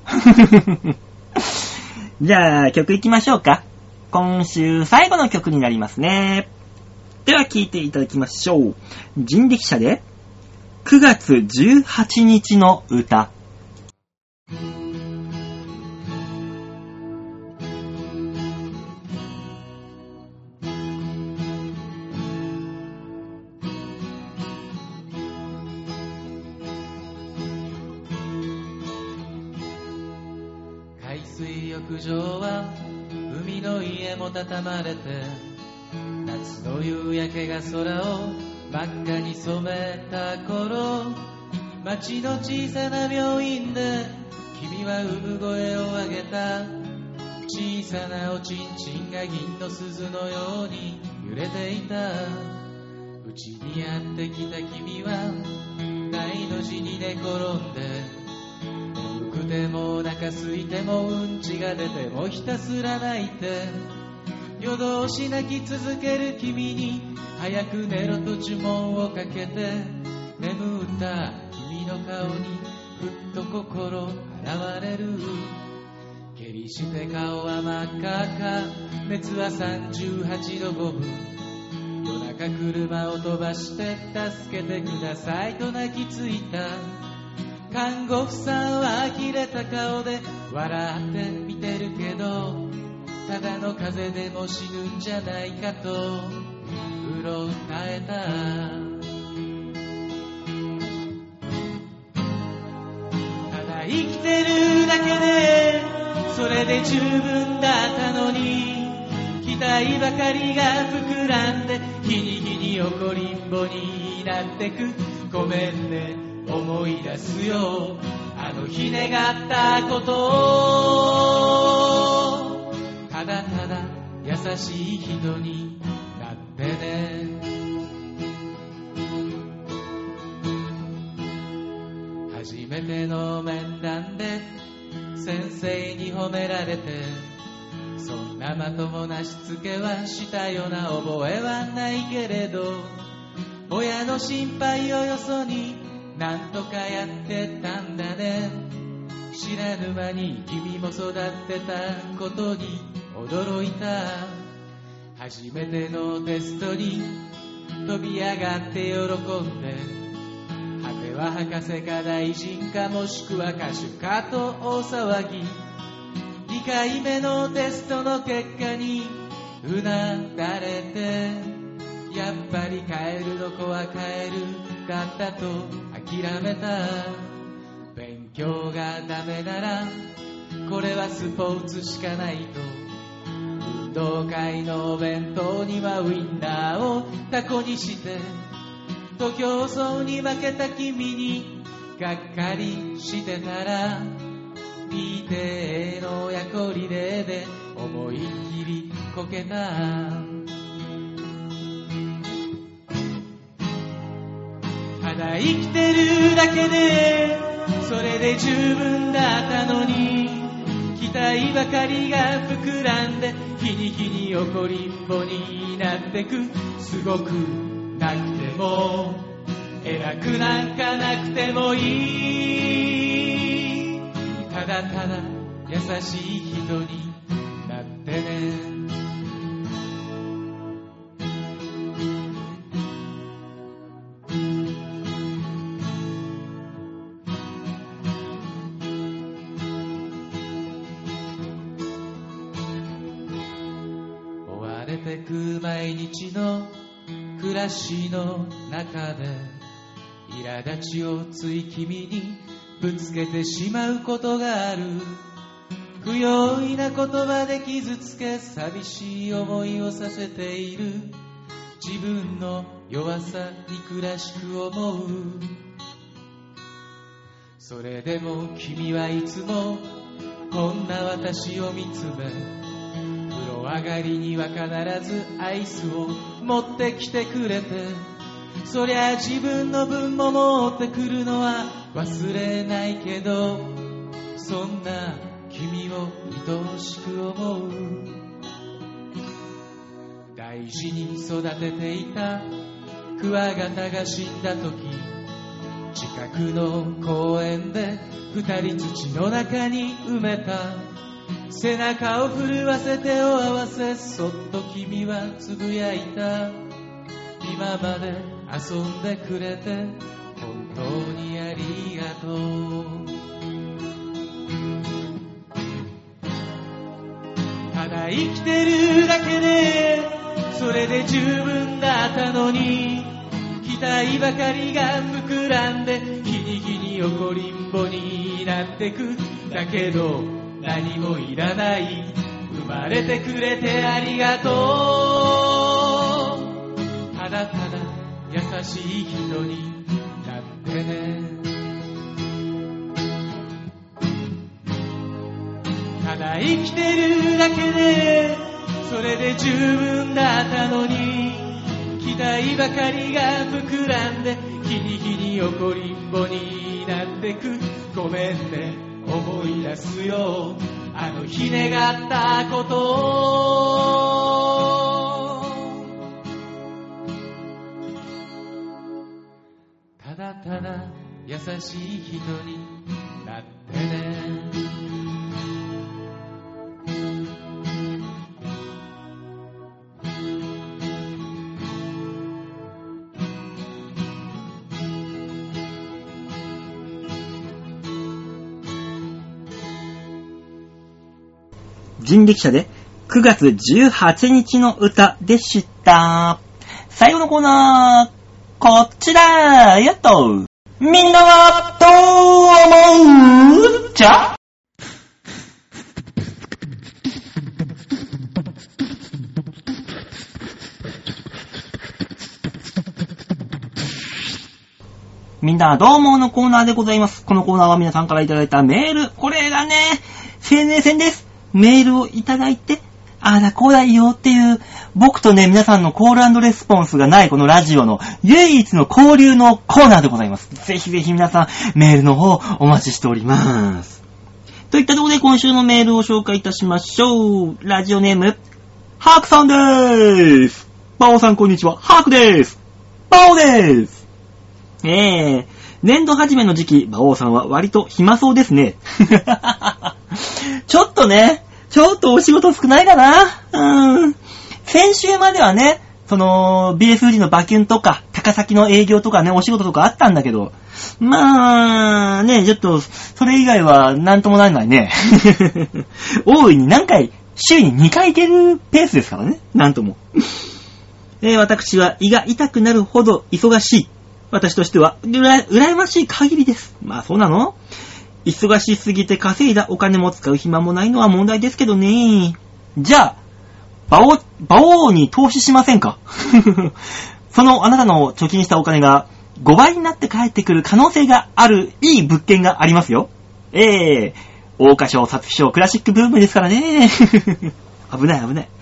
じゃあ曲いきましょうか。今週最後の曲になりますね。では聴いていただきましょう。人力車で9月18日の歌。 海水浴場は海の家も畳まれて、夏の夕焼けが空を真っ赤に染めた頃、町の小さな病院で君は産声を上げた。小さなおちんちんが銀の鈴のように揺れていた。うちにやってきた君は大の字に寝転んで、眠くてもお腹空いてもうんちが出てもひたすら泣いて、夜通し泣き続ける君に早く寝ろと呪文をかけて、眠った君の顔にふっと心現れる。蹴りして顔は真っ赤か、熱は38度5分。夜中車を飛ばして助けてくださいと泣きついた。看護婦さんは呆れた顔で笑って見てるけど、ただの風邪でも死ぬんじゃないかとうろたえた。ただ生きてるだけでそれで十分だったのに、期待ばかりが膨らんで日に日に怒りんぼになってく。ごめんね、思い出すよあの日願ったことを。ただただ優しい人になってね。初めての面談で先生に褒められて、そんなまともなしつけはしたような覚えはないけれど、親の心配をよそになんとかやってたんだね。知らぬ間に君も育ってたことに驚いた。初めてのテストに飛び上がって喜んで、果ては博士か大臣かもしくは歌手かと大騒ぎ。2回目のテストの結果にうなだれて、やっぱりカエルの子はカエルだったと諦めた。勉強がダメならこれはスポーツしかないと、運動会のお弁当にはウインナーをタコにしてと競争に負けた君にがっかりしてたら、 PTA の親子リレーで思いっきりこけた。ただ生きてるだけでそれで十分だったのに、期待ばかりが膨らんで日に日に怒りんぼになってく。すごくなくても偉くなんかなくてもいい、ただただ優しい人になってね。毎日の暮らしの中で苛立ちをつい君にぶつけてしまうことがある。不用意な言葉で傷つけ寂しい思いをさせている。自分の弱さ憎らしく思う。それでも君はいつもこんな私を見つめ、風呂上がりには必ずアイスを持ってきてくれて、 そりゃ自分の分も持ってくるのは忘れないけど、そんな君を愛しく思う。大事に育てていたクワガタが死んだ時、近くの公園で二人土の中に埋めた。背中を震わせ手を合わせ、そっと君はつぶやいた。今まで遊んでくれて本当にありがとう。ただ生きてるだけでそれで十分だったのに、期待ばかりが膨らんで日に日に怒りんぼになってく。だけど何もいらない、生まれてくれてありがとう。ただただ優しい人になってね。ただ生きてるだけでそれで十分だったのに、期待ばかりが膨らんで日に日に怒りんぼになってく。ごめんね、思い出すよあの日願ったこと。ただただ優しい人になってね。 人力車で9月18日の歌でした。最後のコーナー、こちらよっと。みんなはどう思う？じゃ？みんなはどう思うのコーナーでございます。このコーナーは皆さんからいただいたメール、これがね、生命線です。メールをいただいて、ああだこうだいよっていう、僕とね、皆さんのコール&レスポンスがないこのラジオの唯一の交流のコーナーでございます。ぜひぜひ皆さん、メールの方お待ちしております。といったところで今週のメールを紹介いたしましょう。ラジオネーム、ハークさんでーす。バオさんこんにちは、ハークでーす。バオでーす。年度始めの時期、馬王さんは割と暇そうですね。ちょっとお仕事少ないかな。先週まではね、BSG の馬券とか、高崎の営業とかね、お仕事とかあったんだけど、まあ、ね、ちょっと、それ以外はなんともなんないね。大いに週に2回行けるペースですからね、なんとも。私は胃が痛くなるほど忙しい。私としては、羨ましい限りです。まあそうなの？忙しすぎて稼いだお金も使う暇もないのは問題ですけどね。じゃあ、馬王に投資しませんか？そのあなたの貯金したお金が5倍になって帰ってくる可能性があるいい物件がありますよ。桜花賞、皐月賞、クラシックブームですからね。危ない。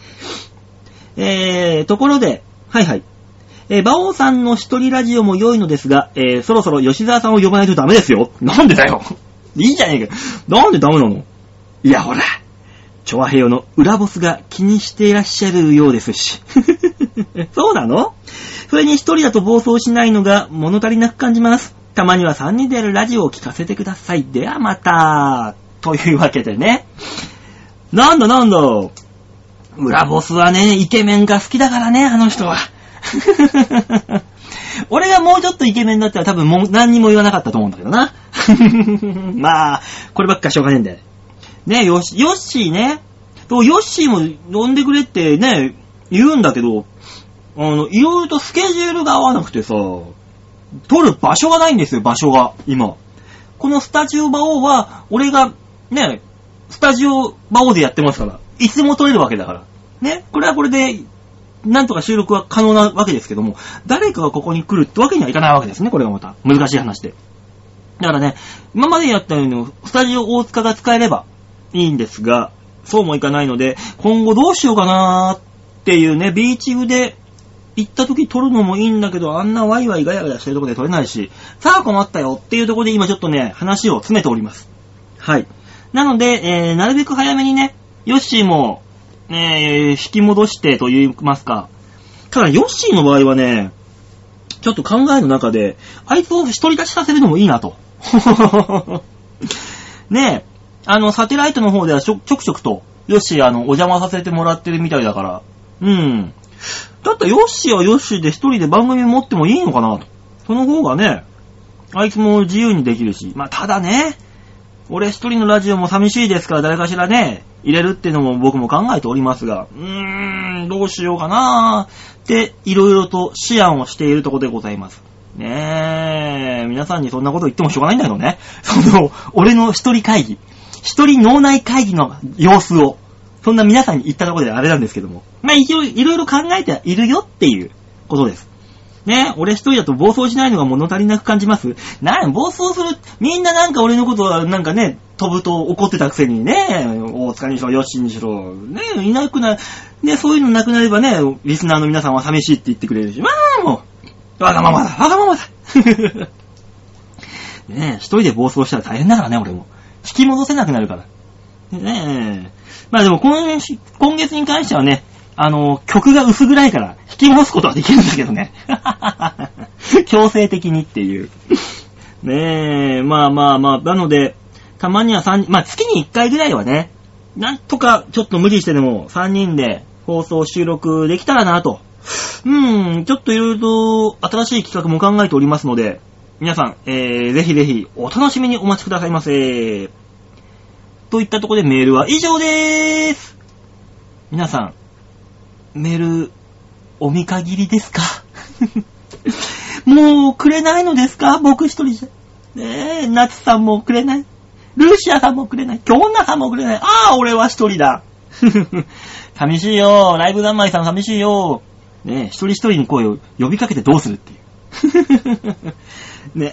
ところで、はい。馬王さんの一人ラジオも良いのですが、そろそろ吉沢さんを呼ばないとダメですよ。なんでだよ。いいじゃねえか。なんでダメなの？いやほら、チョアヘヨの裏ボスが気にしていらっしゃるようですし。そうなの？それに一人だと暴走しないのが物足りなく感じます。たまには3人でやるラジオを聞かせてください。ではまた。というわけでね。なんだ。裏ボスはね、イケメンが好きだからね、あの人は。俺がもうちょっとイケメンだったら多分もう何にも言わなかったと思うんだけどな。まあ、こればっかしょうがねえんだよ。ね、ヨッシーね。ヨッシーも呼んでくれってね、言うんだけど、いろいろとスケジュールが合わなくてさ、撮る場所がないんですよ、場所が、今。このスタジオ馬王は、俺が、ね、スタジオ馬王でやってますから、いつでも撮れるわけだから。ね、これはこれで、なんとか収録は可能なわけですけども、誰かがここに来るってわけにはいかないわけですね、これがまた。難しい話で。だからね、今までやったように、スタジオ大塚が使えればいいんですが、そうもいかないので、今後どうしようかなーっていうね、ビーチ部で行った時撮るのもいいんだけど、あんなワイワイガヤガヤしてるとこで撮れないし、さあ困ったよっていうところで今ちょっとね、話を詰めております。はい。なので、なるべく早めにね、ヨッシーも、引き戻してと言いますか。ただ、ヨッシーの場合はね、ちょっと考えの中で、あいつを一人立ちさせるのもいいなと。ねえ、サテライトの方ではちょくちょくと、ヨッシーお邪魔させてもらってるみたいだから、うん。だったらヨッシーはヨッシーで一人で番組持ってもいいのかなと。その方がね、あいつも自由にできるし。まあ、ただね、俺一人のラジオも寂しいですから誰かしらね、入れるっていうのも僕も考えておりますが、どうしようかなーっていろいろと思案をしているところでございます。ねえ、皆さんにそんなこと言ってもしょうがないんだけどね。俺の一人会議、一人脳内会議の様子を、そんな皆さんに言ったところであれなんですけども。まあ、いろいろ考えているよっていうことです。ね、俺一人だと暴走しないのが物足りなく感じます。暴走する、みんななんか俺のことはなんかね、飛ぶと怒ってたくせにね、大塚にしろ、ヨッシーにしろ、ね、いなくな、ね、そういうのなくなればね、リスナーの皆さんは寂しいって言ってくれるし、まあもう、わがままだ。ね、一人で暴走したら大変だからね、俺も。引き戻せなくなるから。ねえ。まあでも今月に関してはね、曲が薄暗いから引き戻すことはできるんだけどね。強制的にっていう。ねえ、まあ、なので、たまにはまあ月に1回ぐらいはね、なんとかちょっと無理してでも3人で放送収録できたらなと。ちょっといろいろと新しい企画も考えておりますので、皆さん、ぜひぜひお楽しみにお待ちくださいませ。といったところでメールは以上でーす。皆さん、メール、お見限りですか？もうくれないのですか？僕一人じゃ。ねえ、ナツさんもくれない。ルーシアさんもくれない。京奈さんもくれない。ああ、俺は一人だ。寂しいよ。ライブ三昧さん寂しいよ。ねえ、一人一人に声を呼びかけてどうするっていう。ね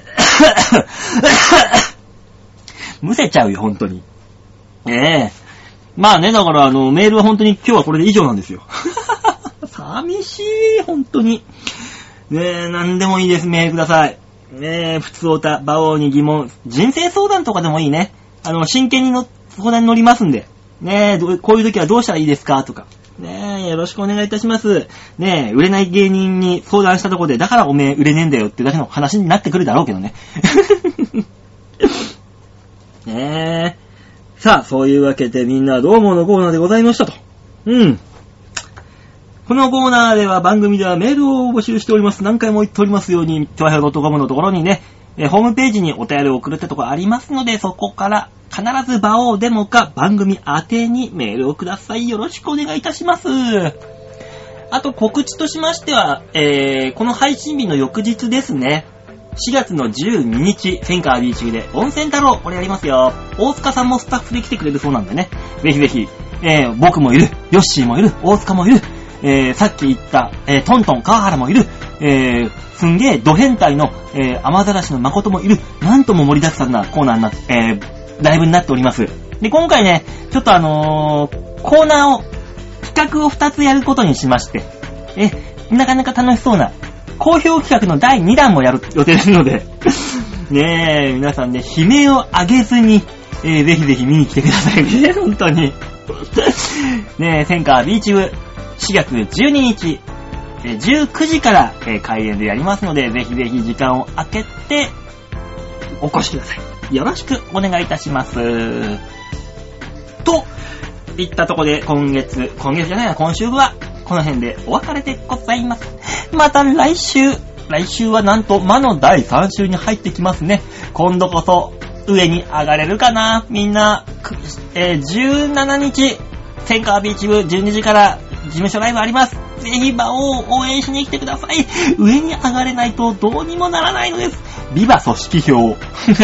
むせちゃうよ、本当に。ねえ。まあね、だからメールは本当に今日はこれで以上なんですよ。寂しい、本当に。ねえ、なんでもいいです、メールください。ねえ、普通おた、馬王に疑問、人生相談とかでもいいね。真剣に相談に乗りますんで。ねえ、こういう時はどうしたらいいですかとか。ねえ、よろしくお願いいたします。ねえ、売れない芸人に相談したところで、だからおめえ売れねえんだよってだけの話になってくるだろうけどね。ねえ。さあ、そういうわけでみんなどうものコーナーでございましたと。このコーナーでは番組ではメールを募集しております。何回も言っておりますように、ちょわへろ.comのところにね、ホームページにお便りを送るってところありますので、そこから必ず場をデモか番組宛てにメールをください。よろしくお願いいたします。あと告知としましては、この配信日の翌日ですね。4月の12日、センカービーチで温泉太郎、これやりますよ。大塚さんもスタッフで来てくれるそうなんでね。ぜひぜひ、僕もいる、ヨッシーもいる、大塚もいる、さっき言った、トントン川原もいる、すんげえド変態の、雨ざらしの誠もいる、なんとも盛りだくさんなコーナーになって、ライブになっております。で、今回ね、ちょっとコーナーを、企画を2つやることにしまして、なかなか楽しそうな、好評企画の第2弾もやる予定ですので、ねえ、皆さんね、悲鳴を上げずに、ぜひぜひ見に来てくださいね、本当に。ねえ、センカービーチ部、4月12日、19時から、開演でやりますので、ぜひぜひ時間を空けて、お越しください。よろしくお願いいたします。と、いったとこで今週は、この辺でお別れでございます。また来週はなんと魔の第3週に入ってきますね。今度こそ上に上がれるかなみんな、17日、センカービーチ部12時から事務所ライブあります。ぜひ場を応援しに来てください。上に上がれないとどうにもならないのです。ビバ組織票。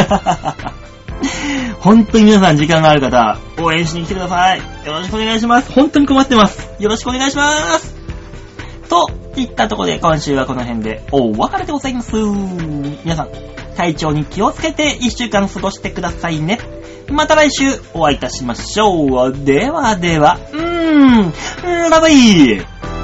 本当に皆さん時間がある方、応援しに来てください。よろしくお願いします。本当に困ってます。よろしくお願いします。といったところで今週はこの辺でお別れでございます。皆さん、体調に気をつけて1週間過ごしてくださいね。また来週お会いいたしましょう。ではでは、ラバイ。